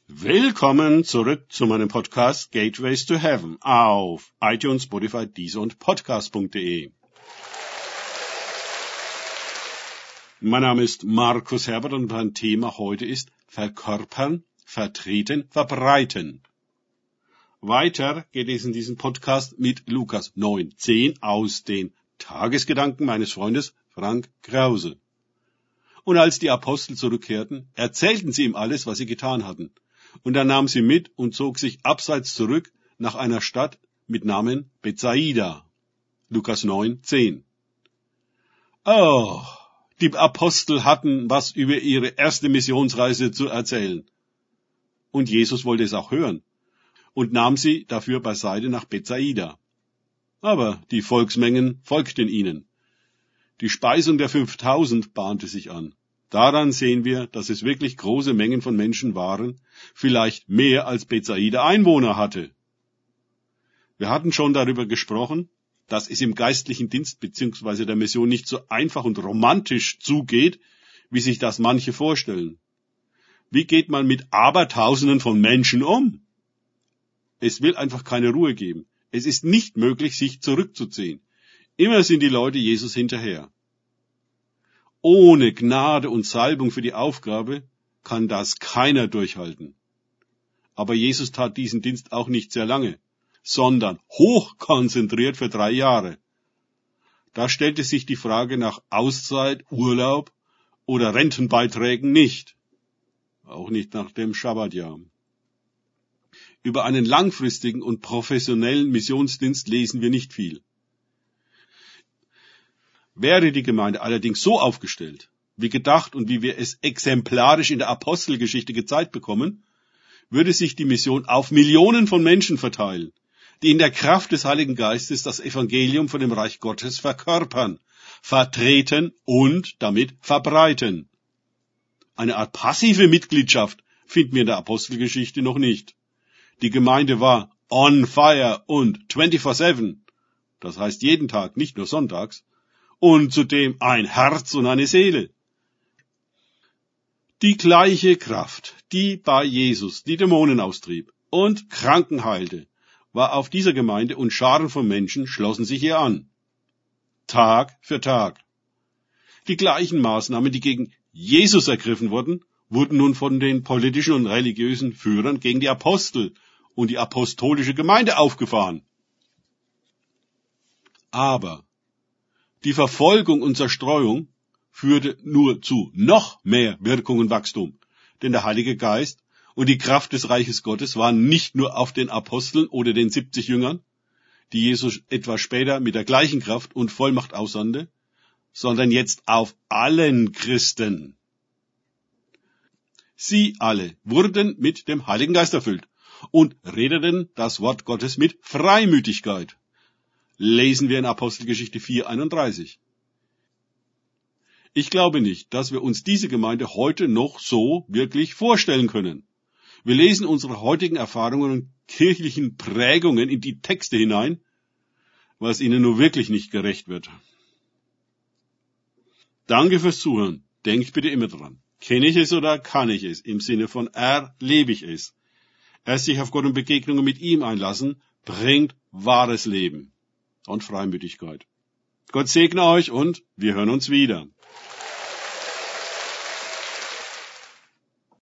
Willkommen zurück zu meinem Podcast Gateways to Heaven auf iTunes, Spotify, Deezer und Podcast.de. Mein Name ist Markus Herbert und mein Thema heute ist Verkörpern, Vertreten, Verbreiten. Weiter geht es in diesem Podcast mit Lukas 9,10 aus den Tagesgedanken meines Freundes Frank Krause. Und als die Apostel zurückkehrten, erzählten sie ihm alles, was sie getan hatten. Und er nahm sie mit und zog sich abseits zurück nach einer Stadt mit Namen Bethsaida. Lukas 9,10. Oh, die Apostel hatten was über ihre erste Missionsreise zu erzählen. Und Jesus wollte es auch hören und nahm sie dafür beiseite nach Bethsaida. Aber die Volksmengen folgten ihnen. Die Speisung der 5000 bahnte sich an. Daran sehen wir, dass es wirklich große Mengen von Menschen waren, vielleicht mehr als Bethsaida Einwohner hatte. Wir hatten schon darüber gesprochen, dass es im geistlichen Dienst bzw. der Mission nicht so einfach und romantisch zugeht, wie sich das manche vorstellen. Wie geht man mit Abertausenden von Menschen um? Es will einfach keine Ruhe geben. Es ist nicht möglich, sich zurückzuziehen. Immer sind die Leute Jesus hinterher. Ohne Gnade und Salbung für die Aufgabe kann das keiner durchhalten. Aber Jesus tat diesen Dienst auch nicht sehr lange, sondern hochkonzentriert für 3 Jahre. Da stellte sich die Frage nach Auszeit, Urlaub oder Rentenbeiträgen nicht. Auch nicht nach dem Schabbatjahr. Über einen langfristigen und professionellen Missionsdienst lesen wir nicht viel. Wäre die Gemeinde allerdings so aufgestellt, wie gedacht und wie wir es exemplarisch in der Apostelgeschichte gezeigt bekommen, würde sich die Mission auf Millionen von Menschen verteilen, die in der Kraft des Heiligen Geistes das Evangelium von dem Reich Gottes verkörpern, vertreten und damit verbreiten. Eine Art passive Mitgliedschaft finden wir in der Apostelgeschichte noch nicht. Die Gemeinde war on fire und 24/7, das heißt jeden Tag, nicht nur sonntags, und zudem ein Herz und eine Seele. Die gleiche Kraft, die bei Jesus die Dämonen austrieb und Kranken heilte, war auf dieser Gemeinde und Scharen von Menschen schlossen sich ihr an. Tag für Tag. Die gleichen Maßnahmen, die gegen Jesus ergriffen wurden, wurden nun von den politischen und religiösen Führern gegen die Apostel und die apostolische Gemeinde aufgefahren. Aber die Verfolgung und Zerstreuung führte nur zu noch mehr Wirkung und Wachstum, denn der Heilige Geist und die Kraft des Reiches Gottes waren nicht nur auf den Aposteln oder den 70 Jüngern, die Jesus etwas später mit der gleichen Kraft und Vollmacht aussandte, sondern jetzt auf allen Christen. Sie alle wurden mit dem Heiligen Geist erfüllt und redeten das Wort Gottes mit Freimütigkeit. Lesen wir in Apostelgeschichte 4,31. Ich glaube nicht, dass wir uns diese Gemeinde heute noch so wirklich vorstellen können. Wir lesen unsere heutigen Erfahrungen und kirchlichen Prägungen in die Texte hinein, was ihnen nur wirklich nicht gerecht wird. Danke fürs Zuhören. Denkt bitte immer dran. Kenne ich es oder kann ich es? Im Sinne von erlebe ich es. Erst sich auf Gott und Begegnungen mit ihm einlassen, bringt wahres Leben und Freimütigkeit. Gott segne euch und wir hören uns wieder.